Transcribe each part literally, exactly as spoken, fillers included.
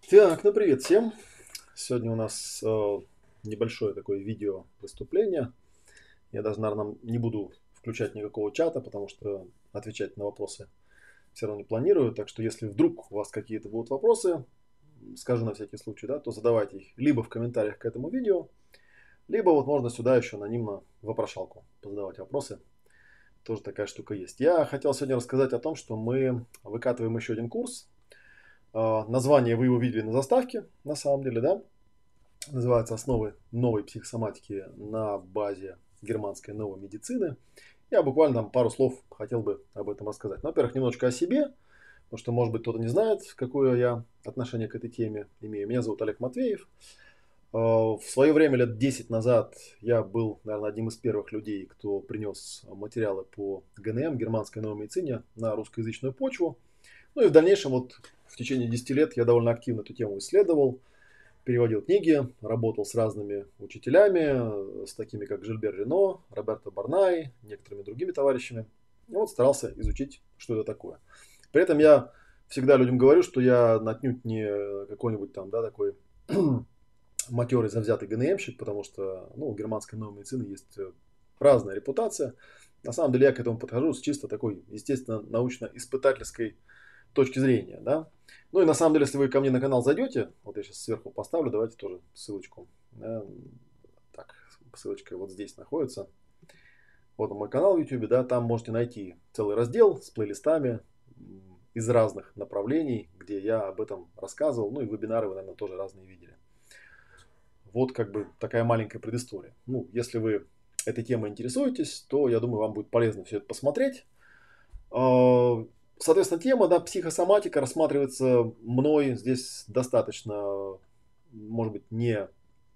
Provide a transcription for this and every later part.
Так, ну привет всем. Сегодня у нас э, небольшое такое видео выступление. Я даже, наверное, не буду включать никакого чата, потому что отвечать на вопросы все равно не планирую. Так что если вдруг у вас какие-то будут вопросы, м, скажу на всякий случай, да, то задавайте их либо в комментариях к этому видео, либо вот можно сюда еще анонимно в вопрошалку позадавать вопросы. Тоже такая штука есть. Я хотел сегодня рассказать о том, что мы выкатываем еще один курс. Э, название вы его видели на заставке, на самом деле, да? Называется «Основы новой психосоматики на базе германской новой медицины». Я буквально там пару слов хотел бы об этом рассказать. Ну, во-первых, немножечко о себе, потому что, может быть, кто-то не знает, какое я отношение к этой теме имею. Меня зовут Олег Матвеев. Э, В свое время, лет десять назад, я был, наверное, одним из первых людей, кто принес материалы по ГНМ, германской новой медицине, на русскоязычную почву. Ну и в дальнейшем, вот в течение десяти лет я довольно активно эту тему исследовал, переводил книги, работал с разными учителями, с такими как Жильбер Рено, Роберто Барнай, некоторыми другими товарищами. И вот старался изучить, что это такое. При этом я всегда людям говорю, что я отнюдь не какой-нибудь там, да, такой матерый завзятый ГНМщик, потому что, ну, у германской новой медицины есть разная репутация. На самом деле я к этому подхожу с чисто такой, естественно, научно-испытательской точки зрения, да. Ну и на самом деле, если вы ко мне на канал зайдете, вот я сейчас сверху поставлю, давайте тоже ссылочку. Да, так, ссылочка вот здесь находится. Вот мой канал в YouTube, да, там можете найти целый раздел с плейлистами из разных направлений, где я об этом рассказывал, ну и вебинары вы, наверное, тоже разные видели. Вот как бы такая маленькая предыстория. Ну, если вы этой темой интересуетесь, то, я думаю, вам будет полезно все это посмотреть. Соответственно, тема, да, психосоматика рассматривается мной здесь достаточно, может быть, не,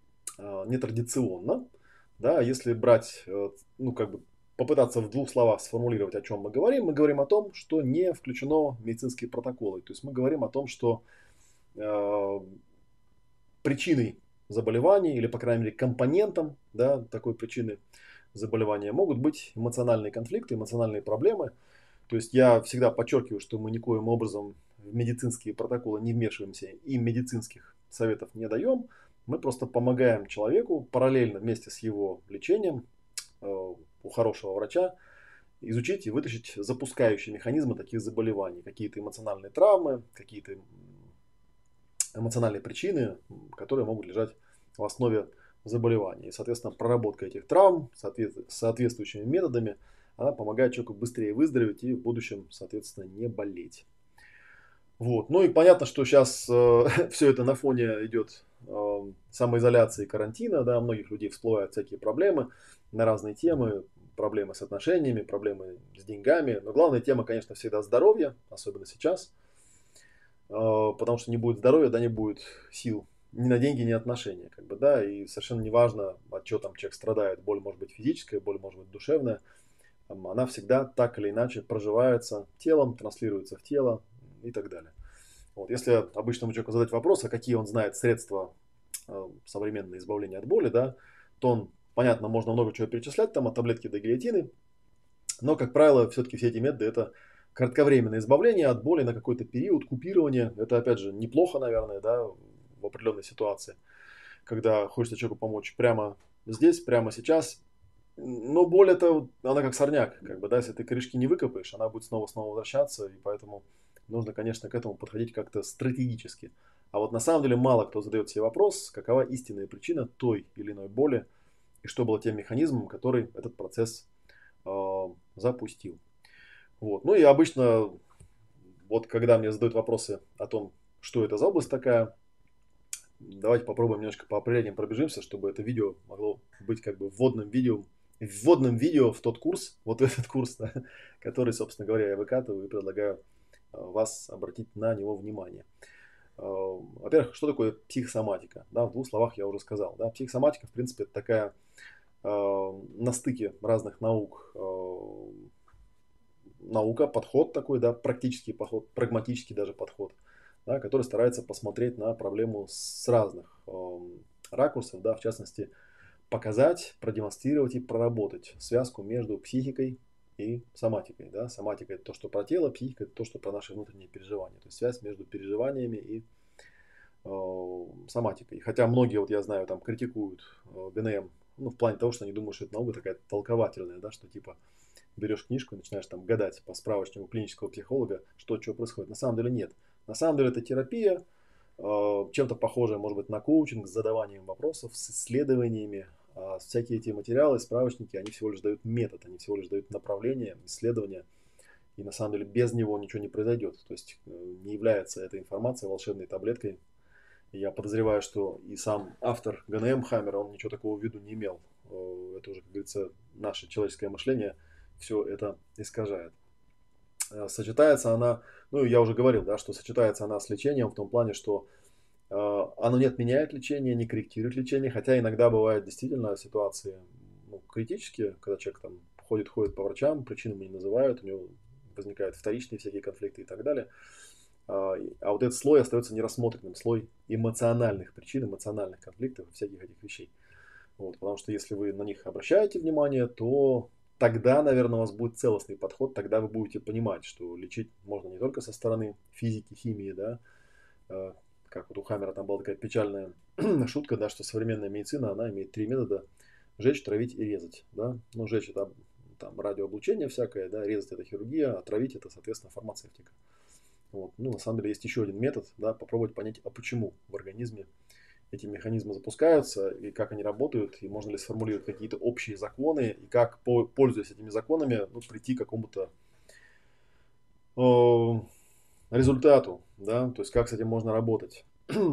не традиционно. Да, если брать, ну, как бы попытаться в двух словах сформулировать, о чем мы говорим, мы говорим о том, что не включено в медицинские протоколы. То есть мы говорим о том, что э, причиной заболевания или, по крайней мере, компонентом, да, такой причины заболевания могут быть эмоциональные конфликты, эмоциональные проблемы. То есть я всегда подчеркиваю, что мы никоим образом в медицинские протоколы не вмешиваемся и медицинских советов не даем. Мы просто помогаем человеку параллельно вместе с его лечением э, у хорошего врача изучить и вытащить запускающие механизмы таких заболеваний. Какие-то эмоциональные травмы, какие-то эмоциональные причины, которые могут лежать в основе заболевания. И, соответственно, проработка этих травм соответствующими методами, она помогает человеку быстрее выздороветь и в будущем, соответственно, не болеть. Вот. Ну и понятно, что сейчас э, все это на фоне идет э, самоизоляции и карантина, да, у многих людей всплывают всякие проблемы на разные темы, проблемы с отношениями, проблемы с деньгами. Но главная тема, конечно, всегда здоровье, особенно сейчас, э, потому что не будет здоровья, да, не будет сил ни на деньги, ни на отношения, как бы, да, и совершенно не важно, от чего там человек страдает, боль может быть физическая, боль может быть душевная, она всегда так или иначе проживается телом, транслируется в тело и так далее. Вот. Если обычному человеку задать вопрос, а какие он знает средства э, современного избавления от боли, да, то он, понятно, можно много чего перечислять, там от таблетки до гильотины, но, как правило, все-таки все эти методы это кратковременное избавление от боли на какой-то период, купирование. Это, опять же, неплохо, наверное, да, в определенной ситуации, когда хочется человеку помочь прямо здесь, прямо сейчас. Но боль это, она как сорняк, как бы, да, если ты корешки не выкопаешь, она будет снова-снова возвращаться, и поэтому нужно, конечно, к этому подходить как-то стратегически. А вот на самом деле мало кто задает себе вопрос, какова истинная причина той или иной боли, и что было тем механизмом, который этот процесс э, запустил. Вот. Ну и обычно, вот когда мне задают вопросы о том, что это за область такая, давайте попробуем немножко по определениям пробежимся, чтобы это видео могло быть как бы вводным видео, вводным видео в тот курс, вот в этот курс, да, который, собственно говоря, я выкатываю и предлагаю вас обратить на него внимание. Во-первых, что такое психосоматика? Да, в двух словах я уже сказал. Да, психосоматика, в принципе, это такая э, на стыке разных наук, э, наука, подход такой, да, практический подход, прагматический даже подход, да, который старается посмотреть на проблему с разных э, ракурсов, да, в частности, показать, продемонстрировать и проработать связку между психикой и соматикой. Да. Соматика – это то, что про тело, психика – это то, что про наши внутренние переживания. То есть связь между переживаниями и э, соматикой. Хотя многие, вот я знаю, там критикуют э, гэ эн эм, ну, в плане того, что они думают, что это наука такая толковательная, да, что типа берешь книжку и начинаешь там гадать по справочнику клинического психолога, что, что происходит. На самом деле нет. На самом деле это терапия, э, чем-то похожая, может быть, на коучинг с задаванием вопросов, с исследованиями. А всякие эти материалы, справочники, они всего лишь дают метод, они всего лишь дают направление, исследования. И на самом деле без него ничего не произойдет. То есть э, не является эта информация волшебной таблеткой. И я подозреваю, что и сам автор гэ эн эм Хаммер, он ничего такого в виду не имел. Э, Это уже, как говорится, наше человеческое мышление все это искажает. Э, Сочетается она, ну я уже говорил, да, что сочетается она с лечением в том плане, что э, оно не отменяет лечение, не корректирует лечение, хотя иногда бывают действительно ситуации ну, критические, когда человек там ходит, ходит по врачам, причинами не называют, у него возникают вторичные всякие конфликты и так далее. А а вот этот слой остается нерассмотренным, слой эмоциональных причин, эмоциональных конфликтов, всяких этих вещей. Вот, потому что если вы на них обращаете внимание, то тогда, наверное, у вас будет целостный подход, тогда вы будете понимать, что лечить можно не только со стороны физики, химии, да, э, как вот у Хаммера там была такая печальная шутка, да, что современная медицина, она имеет три метода: жечь, травить и резать, да. Ну, жечь это там радиооблучение всякое, да, резать это хирургия, а травить это, соответственно, фармацевтика. Вот. Ну, на самом деле есть еще один метод, да, попробовать понять, а почему в организме эти механизмы запускаются и как они работают, и можно ли сформулировать какие-то общие законы, и как, пользуясь этими законами, ну, прийти к какому-то э, результату, да, то есть как с этим можно работать.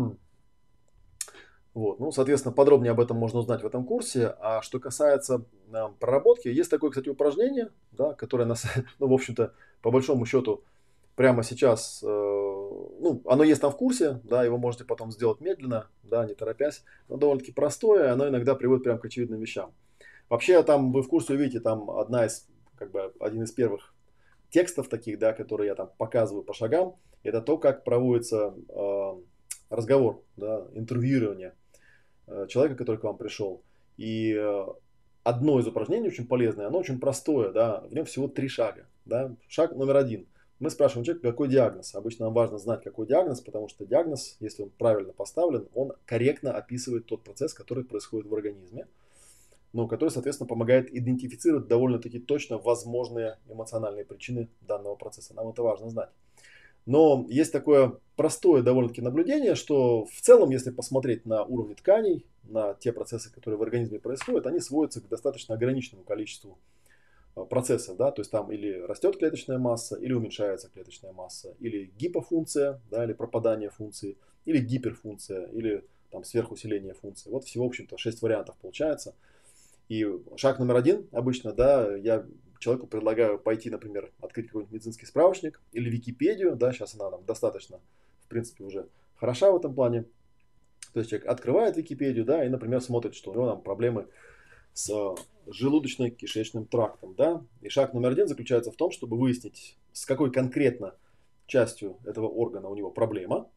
Вот. Ну, соответственно, подробнее об этом можно узнать в этом курсе. А что касается э, проработки, есть такое, кстати, упражнение, да, которое, нас, ну, в общем-то, по большому счету, прямо сейчас, э, ну, оно есть там в курсе, да, его можете потом сделать медленно, да, не торопясь, но довольно-таки простое, оно иногда приводит прямо к очевидным вещам. Вообще, там вы в курсе увидите, там одна из, как бы, один из первых текстов таких, да, которые я там показываю по шагам, это то, как проводится э, разговор, да, интервьюирование э, человека, который к вам пришел. И э, одно из упражнений очень полезное, оно очень простое, да, в нем всего три шага, да. Шаг номер один. Мы спрашиваем человека, какой диагноз. Обычно нам важно знать, какой диагноз, потому что диагноз, если он правильно поставлен, он корректно описывает тот процесс, который происходит в организме, ну, который, соответственно, помогает идентифицировать довольно-таки точно возможные эмоциональные причины данного процесса. Нам это важно знать. Но есть такое простое довольно-таки наблюдение, что в целом, если посмотреть на уровне тканей, на те процессы, которые в организме происходят, они сводятся к достаточно ограниченному количеству э, процессов, да, то есть там или растет клеточная масса, или уменьшается клеточная масса, или гипофункция, да, или пропадание функции, или гиперфункция, или там сверхусиление функции. Вот всего, в общем-то, шесть вариантов получается. И шаг номер один обычно, да, я человеку предлагаю пойти, например, открыть какой-нибудь медицинский справочник или Википедию, да, сейчас она нам достаточно, в принципе, уже хороша в этом плане. То есть человек открывает Википедию, да, и, например, смотрит, что у него там проблемы с желудочно-кишечным трактом, да. И шаг номер один заключается в том, чтобы выяснить, с какой конкретно частью этого органа у него проблема.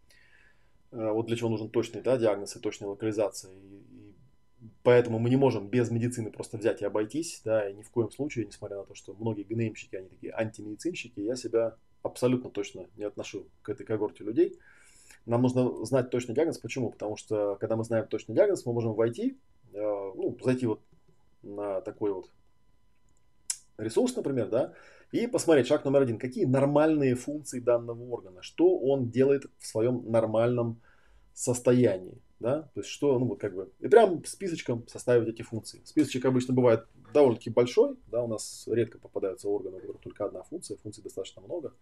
Вот для чего нужен точный, да, диагноз и точная локализация. И, и поэтому мы не можем без медицины просто взять и обойтись, да, и ни в коем случае, несмотря на то, что многие гэ эн эм-щики, они такие антимедицинщики, я себя абсолютно точно не отношу к этой когорте людей. Нам нужно знать точный диагноз. Почему? Потому что, когда мы знаем точный диагноз, мы можем войти, э, ну, зайти вот на такой вот ресурс, например, да, и посмотреть шаг номер один. Какие нормальные функции данного органа? Что он делает в своем нормальном состоянии? Да? То есть, что, ну, вот как бы, и прям списочком составить эти функции. Списочек обычно бывает довольно-таки большой, да, у нас редко попадаются органы, у которых только одна функция, функций достаточно много.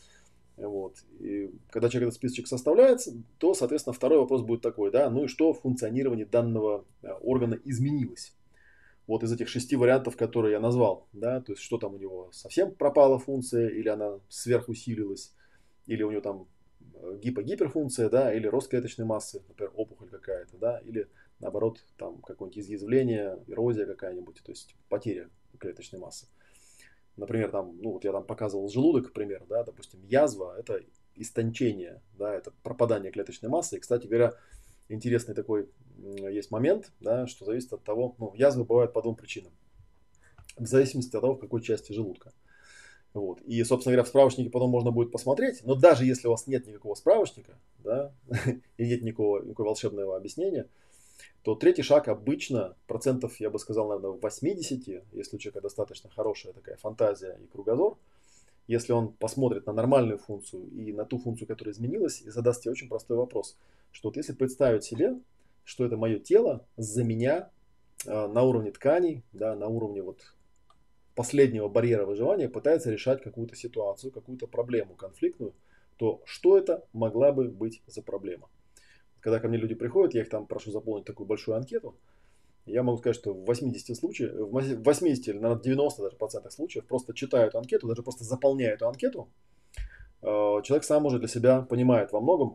Вот. И когда человек этот списочек составляется, то, соответственно, второй вопрос будет такой, да, ну и что в функционировании данного органа изменилось? Вот из этих шести вариантов, которые я назвал, да, то есть что там у него совсем пропала функция, или она сверхусилилась, или у него там гипо-гиперфункция, да, или рост клеточной массы, например, опухоль какая-то, да, или наоборот, там какое-нибудь изъязвление, эрозия какая-нибудь, то есть потеря клеточной массы. Например, там, ну вот я там показывал желудок, к примеру, да, допустим, язва – это истончение, да, это пропадание клеточной массы. И, кстати говоря, интересный такой есть момент, да, что зависит от того, ну, язвы бывают по двум причинам, в зависимости от того, в какой части желудка. Вот. И, собственно говоря, в справочнике потом можно будет посмотреть. Но даже если у вас нет никакого справочника, да, и нет никакого, никакого волшебного объяснения, то третий шаг обычно, процентов, я бы сказал, наверное, восемьдесят, если у человека достаточно хорошая такая фантазия и кругозор, если он посмотрит на нормальную функцию и на ту функцию, которая изменилась, и задаст себе очень простой вопрос, что вот если представить себе, что это мое тело за меня э, на уровне тканей, да, на уровне вот последнего барьера выживания пытается решать какую-то ситуацию, какую-то проблему конфликтную, то что это могла бы быть за проблема? Когда ко мне люди приходят, я их там прошу заполнить такую большую анкету, я могу сказать, что в восьмидесяти случаях, в восьмидесяти или, наверное, девяноста даже процентах случаев просто читаю эту анкету, даже просто заполняю эту анкету, человек сам уже для себя понимает во многом,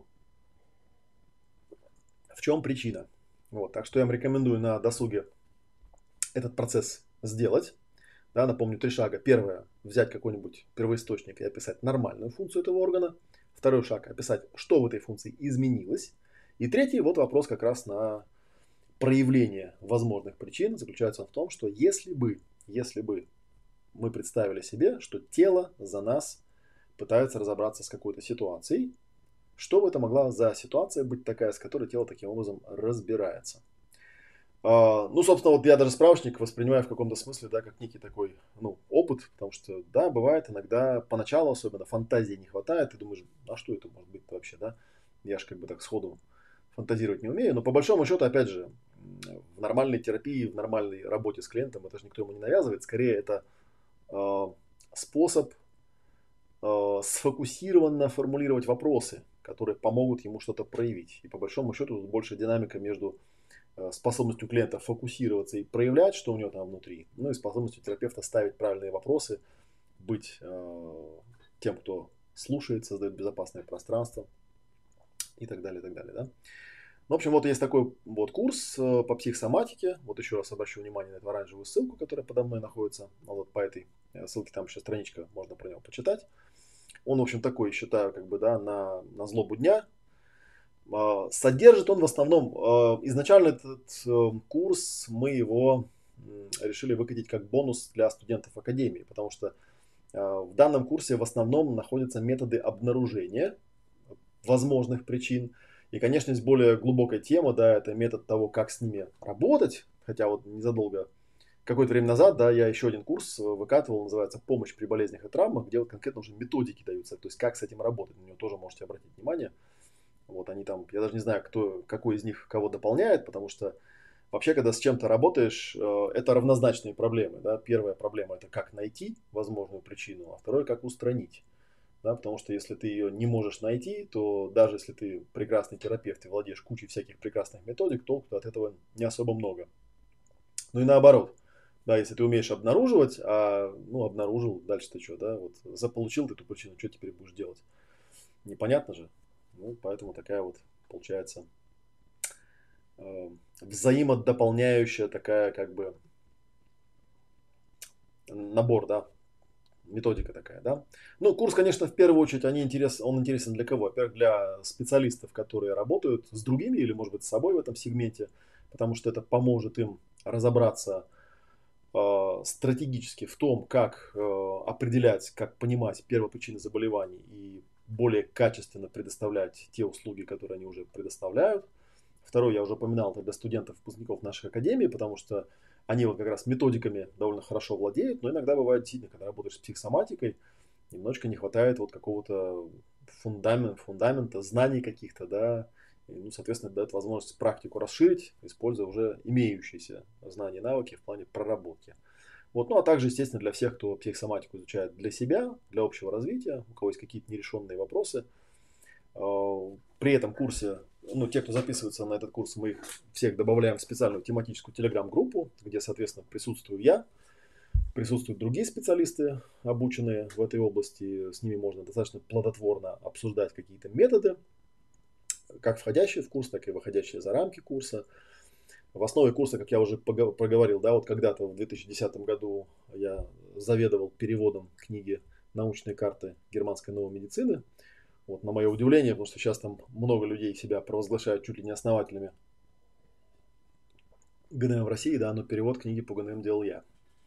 в чем причина. Вот, так что я вам рекомендую на досуге этот процесс сделать. Да, напомню, три шага. Первое, взять какой-нибудь первоисточник и описать нормальную функцию этого органа. Второй шаг, описать, что в этой функции изменилось. И третий, вот вопрос как раз на проявление возможных причин. Заключается он в том, что если бы, если бы мы представили себе, что тело за нас пытается разобраться с какой-то ситуацией, что бы это могла за ситуация быть такая, с которой тело таким образом разбирается. Ну, собственно, вот я даже справочник воспринимаю в каком-то смысле, да, как некий такой, ну, опыт, потому что, да, бывает иногда, поначалу особенно, фантазии не хватает, ты думаешь, а что это может быть вообще, да, я же как бы так сходу фантазировать не умею, но по большому счету, опять же, в нормальной терапии, в нормальной работе с клиентом, это же никто ему не навязывает, скорее это э, способ э, сфокусированно формулировать вопросы, которые помогут ему что-то проявить, и по большому счету тут больше динамика между способностью клиента фокусироваться и проявлять, что у него там внутри, ну и способностью терапевта ставить правильные вопросы, быть э, тем, кто слушает, создает безопасное пространство и так далее, и так далее, да. Ну, в общем, вот есть такой вот курс э, по психосоматике. Вот еще раз обращу внимание на эту оранжевую ссылку, которая подо мной находится. Вот по этой ссылке там еще страничка, можно про него почитать. Он, в общем, такой, считаю, как бы, да, на, на злобу дня. Содержит он в основном, изначально этот курс мы его решили выкатить как бонус для студентов академии, потому что в данном курсе в основном находятся методы обнаружения возможных причин. И, конечно, есть более глубокая тема, да, это метод того, как с ними работать. Хотя вот незадолго, какое-то время назад, да, я еще один курс выкатывал, называется «Помощь при болезнях и травмах», где вот конкретно уже методики даются, то есть как с этим работать, на него тоже можете обратить внимание. Вот они там, я даже не знаю, кто, какой из них кого дополняет, потому что вообще, когда с чем-то работаешь, это равнозначные проблемы. Да? Первая проблема – это как найти возможную причину, а второе – как устранить. Да? Потому что если ты ее не можешь найти, то даже если ты прекрасный терапевт и владеешь кучей всяких прекрасных методик, толку от этого не особо много. Ну и наоборот. Да, если ты умеешь обнаруживать, а ну обнаружил, дальше ты что, да, вот заполучил ты эту причину, что теперь будешь делать? Непонятно же. Ну, поэтому такая вот получается э, взаимодополняющая такая как бы набор, да, методика такая, да. Ну, курс, конечно, в первую очередь они интерес, он интересен для кого? Во-первых, для специалистов, которые работают с другими или, может быть, с собой в этом сегменте, потому что это поможет им разобраться э, стратегически в том, как э, определять, как понимать первопричины заболеваний и более качественно предоставлять те услуги, которые они уже предоставляют. Второй, я уже упоминал, это для студентов, выпускников наших академий, потому что они вот как раз методиками довольно хорошо владеют, но иногда бывает действительно, когда работаешь с психосоматикой, немножечко не хватает вот какого-то фундамента, фундамента, знаний каких-то, да, и, ну, соответственно, дает возможность практику расширить, используя уже имеющиеся знания и навыки в плане проработки. Вот, ну а также, естественно, для всех, кто психосоматику изучает для себя, для общего развития, у кого есть какие-то нерешенные вопросы. При этом курсе, ну, те, кто записывается на этот курс, мы их всех добавляем в специальную тематическую телеграм-группу, где, соответственно, присутствую я, присутствуют другие специалисты, обученные в этой области. С ними можно достаточно плодотворно обсуждать какие-то методы, как входящие в курс, так и выходящие за рамки курса. В основе курса, как я уже проговорил, да, вот когда-то в две тысячи десятом году я заведовал переводом книги «Научные карты германской новой медицины». Вот, на мое удивление, потому что сейчас там много людей себя провозглашают чуть ли не основателями ГНМ в России, да, но перевод книги по ГНМ делал я.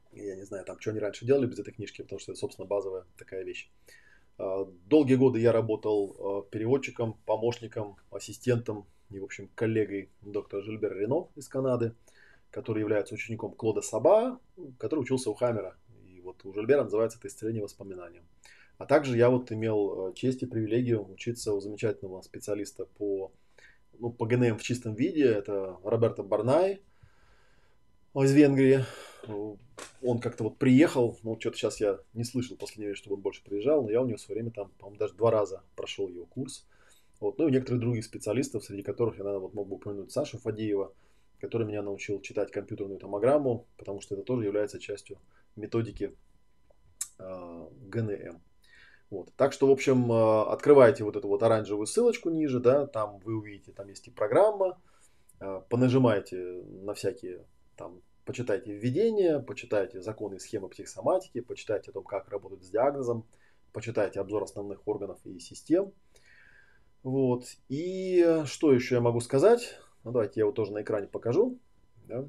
Я не знаю, там, что они раньше делали без этой книжки, потому что это, собственно, базовая такая вещь. А, Долгие годы я работал а, переводчиком, помощником, ассистентом и, в общем, коллегой доктора Жильбера Рено из Канады, который является учеником Клода Саба, который учился у Хаммера. И вот у Жильбера называется это «Исцеление воспоминаниям». А также я вот имел э, честь и привилегию учиться у замечательного специалиста по, ну, по ГНМ в чистом виде. Это Роберто Барнай из Венгрии. Он как-то вот приехал, ну, что-то сейчас я не слышал в последнее время, чтобы он больше приезжал, но я у него в свое время там, по-моему, даже два раза прошел его курс. Вот. Ну и некоторых других специалистов, среди которых я, наверное, вот мог бы упомянуть Сашу Фадеева, который меня научил читать компьютерную томограмму, потому что это тоже является частью методики э, ГНМ. Вот. Так что, в общем, э, открывайте вот эту вот оранжевую ссылочку ниже, да, там вы увидите, там есть и программа, э, понажимайте на всякие там, почитайте введение, почитайте законы и схемы психосоматики, почитайте о том, как работать с диагнозом, почитайте обзор основных органов и систем. Вот. И что еще я могу сказать? Ну, давайте я его тоже на экране покажу. Да.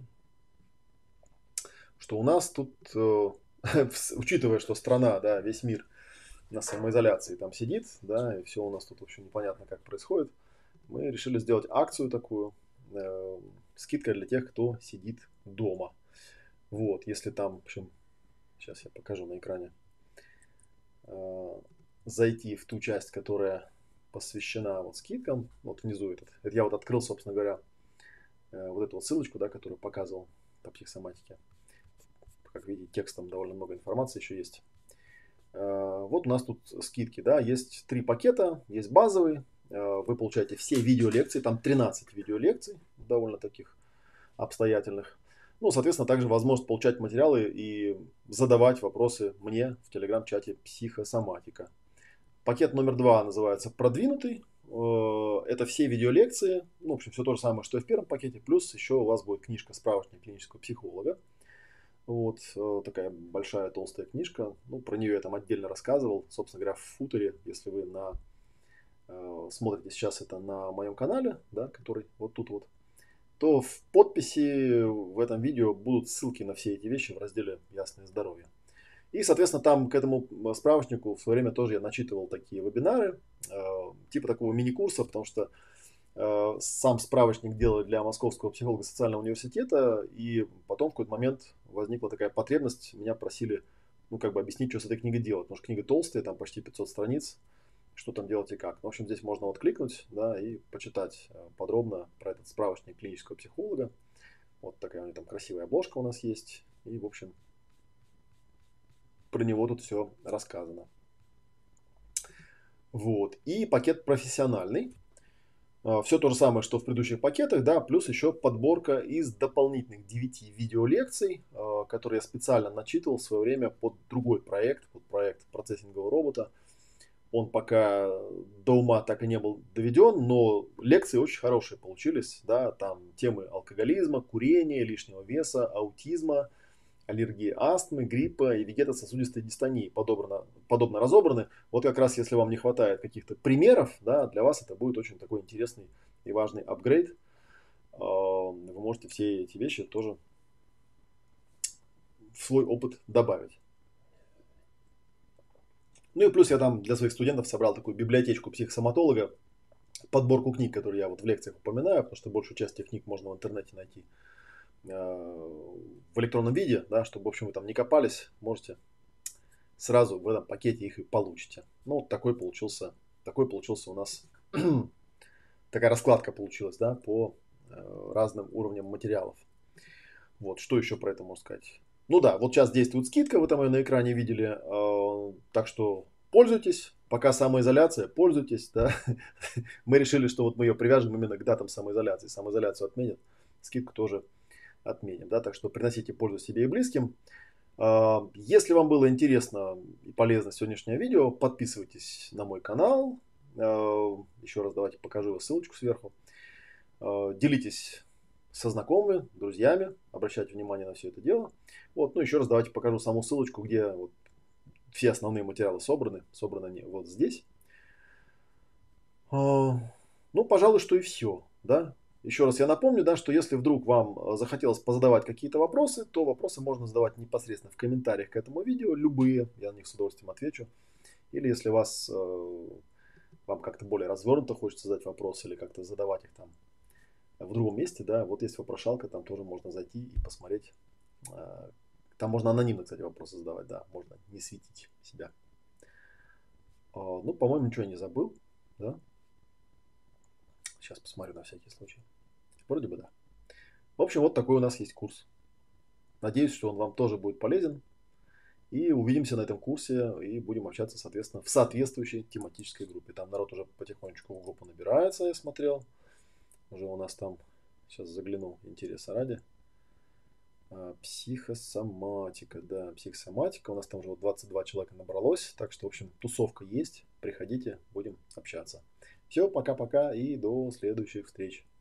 Что у нас тут, э, учитывая, что страна, да, весь мир на самоизоляции там сидит, да, и все у нас тут, в общем, непонятно, как происходит, мы решили сделать акцию такую, э, скидка для тех, кто сидит дома. Вот, если там, в общем, сейчас я покажу на экране, э, зайти в ту часть, которая посвящена вот скидкам, вот внизу этот, это я вот открыл, собственно говоря, э, вот эту вот ссылочку, да, которую показывал по психосоматике. Как видите, текстом довольно много информации еще есть. Э, вот у нас тут скидки, да, есть три пакета, есть базовый, э, вы получаете все видеолекции, там тринадцать видеолекций, довольно таких обстоятельных. Ну, соответственно, также возможность получать материалы и задавать вопросы мне в телеграм-чате «Психосоматика». Пакет номер два называется «Продвинутый». Это все видеолекции, ну, в общем, все то же самое, что и в первом пакете, плюс еще у вас будет книжка «Справочник клинического психолога». Вот такая большая толстая книжка. Ну, про нее я там отдельно рассказывал, собственно говоря, в футере, если вы на, смотрите сейчас это на моем канале, да, который вот тут вот, то в подписи в этом видео будут ссылки на все эти вещи в разделе «Ясное здоровье». И, соответственно, там к этому справочнику в свое время тоже я начитывал такие вебинары, э, типа такого мини-курса, потому что э, сам справочник делали для Московского психолого-социального университета, и потом в какой-то момент возникла такая потребность, меня просили, ну, как бы объяснить, что с этой книгой делать, потому что книга толстая, там почти пятьсот страниц, что там делать и как. Ну, в общем, здесь можно вот кликнуть, да, и почитать подробно про этот справочник клинического психолога. Вот такая у него там красивая обложка у нас есть. И, в общем, про него тут все рассказано. Вот. И пакет профессиональный. Все то же самое, что в предыдущих пакетах, да, плюс еще подборка из дополнительных девяти видеолекций, которые я специально начитывал в свое время под другой проект, под проект процессингового робота. Он пока до ума так и не был доведен, но лекции очень хорошие получились. Да, там темы алкоголизма, курения, лишнего веса, аутизма, аллергии, астмы, гриппа и вегетососудистой дистонии подобрано, подобно разобраны. Вот как раз если вам не хватает каких-то примеров, да, для вас это будет очень такой интересный и важный апгрейд. Вы можете все эти вещи тоже в свой опыт добавить. Ну и плюс я там для своих студентов собрал такую библиотечку психосоматолога, подборку книг, которые я вот в лекциях упоминаю, потому что большую часть этих книг можно в интернете найти в электронном виде, да, чтобы, в общем, вы там не копались, можете сразу в этом пакете их и получите. Ну, вот такой получился, такой получился у нас, такая раскладка получилась, да, по разным уровням материалов. Вот, что еще про это можно сказать? Ну да, вот сейчас действует скидка, вы там ее на экране видели, э, так что пользуйтесь, пока самоизоляция, пользуйтесь, да. Мы решили, что вот мы ее привяжем именно к датам самоизоляции, самоизоляцию отменят, скидку тоже отменим, да, так что приносите пользу себе и близким. Э, если вам было интересно и полезно сегодняшнее видео, подписывайтесь на мой канал, э, еще раз давайте покажу ссылочку сверху, э, делитесь со знакомыми, друзьями, обращайте внимание на все это дело. Вот, ну еще раз давайте покажу саму ссылочку, где вот все основные материалы собраны. Собраны они вот здесь. Ну, пожалуй, что и все, да. Еще раз я напомню, да, что если вдруг вам э, захотелось позадавать какие-то вопросы, то вопросы можно задавать непосредственно в комментариях к этому видео, любые, я на них с удовольствием отвечу. Или если вас, э, вам как-то более развернуто хочется задать вопросы или как-то задавать их там в другом месте, да, вот есть вопрошалка, там тоже можно зайти и посмотреть. Э, Там можно анонимно, кстати, вопросы задавать, да, можно не светить себя. А, Ну, по-моему, ничего я не забыл, да. Сейчас посмотрю на всякий случай. Вроде бы да. В общем, вот такой у нас есть курс. Надеюсь, что он вам тоже будет полезен. И увидимся на этом курсе и будем общаться, соответственно, в соответствующей тематической группе. Там народ уже потихонечку в группу набирается, я смотрел. Уже у нас там, сейчас загляну, интереса ради. А, Психосоматика, да, психосоматика. У нас там уже вот двадцать два человека набралось. Так что, в общем, тусовка есть. Приходите, будем общаться. Все, пока-пока и до следующих встреч.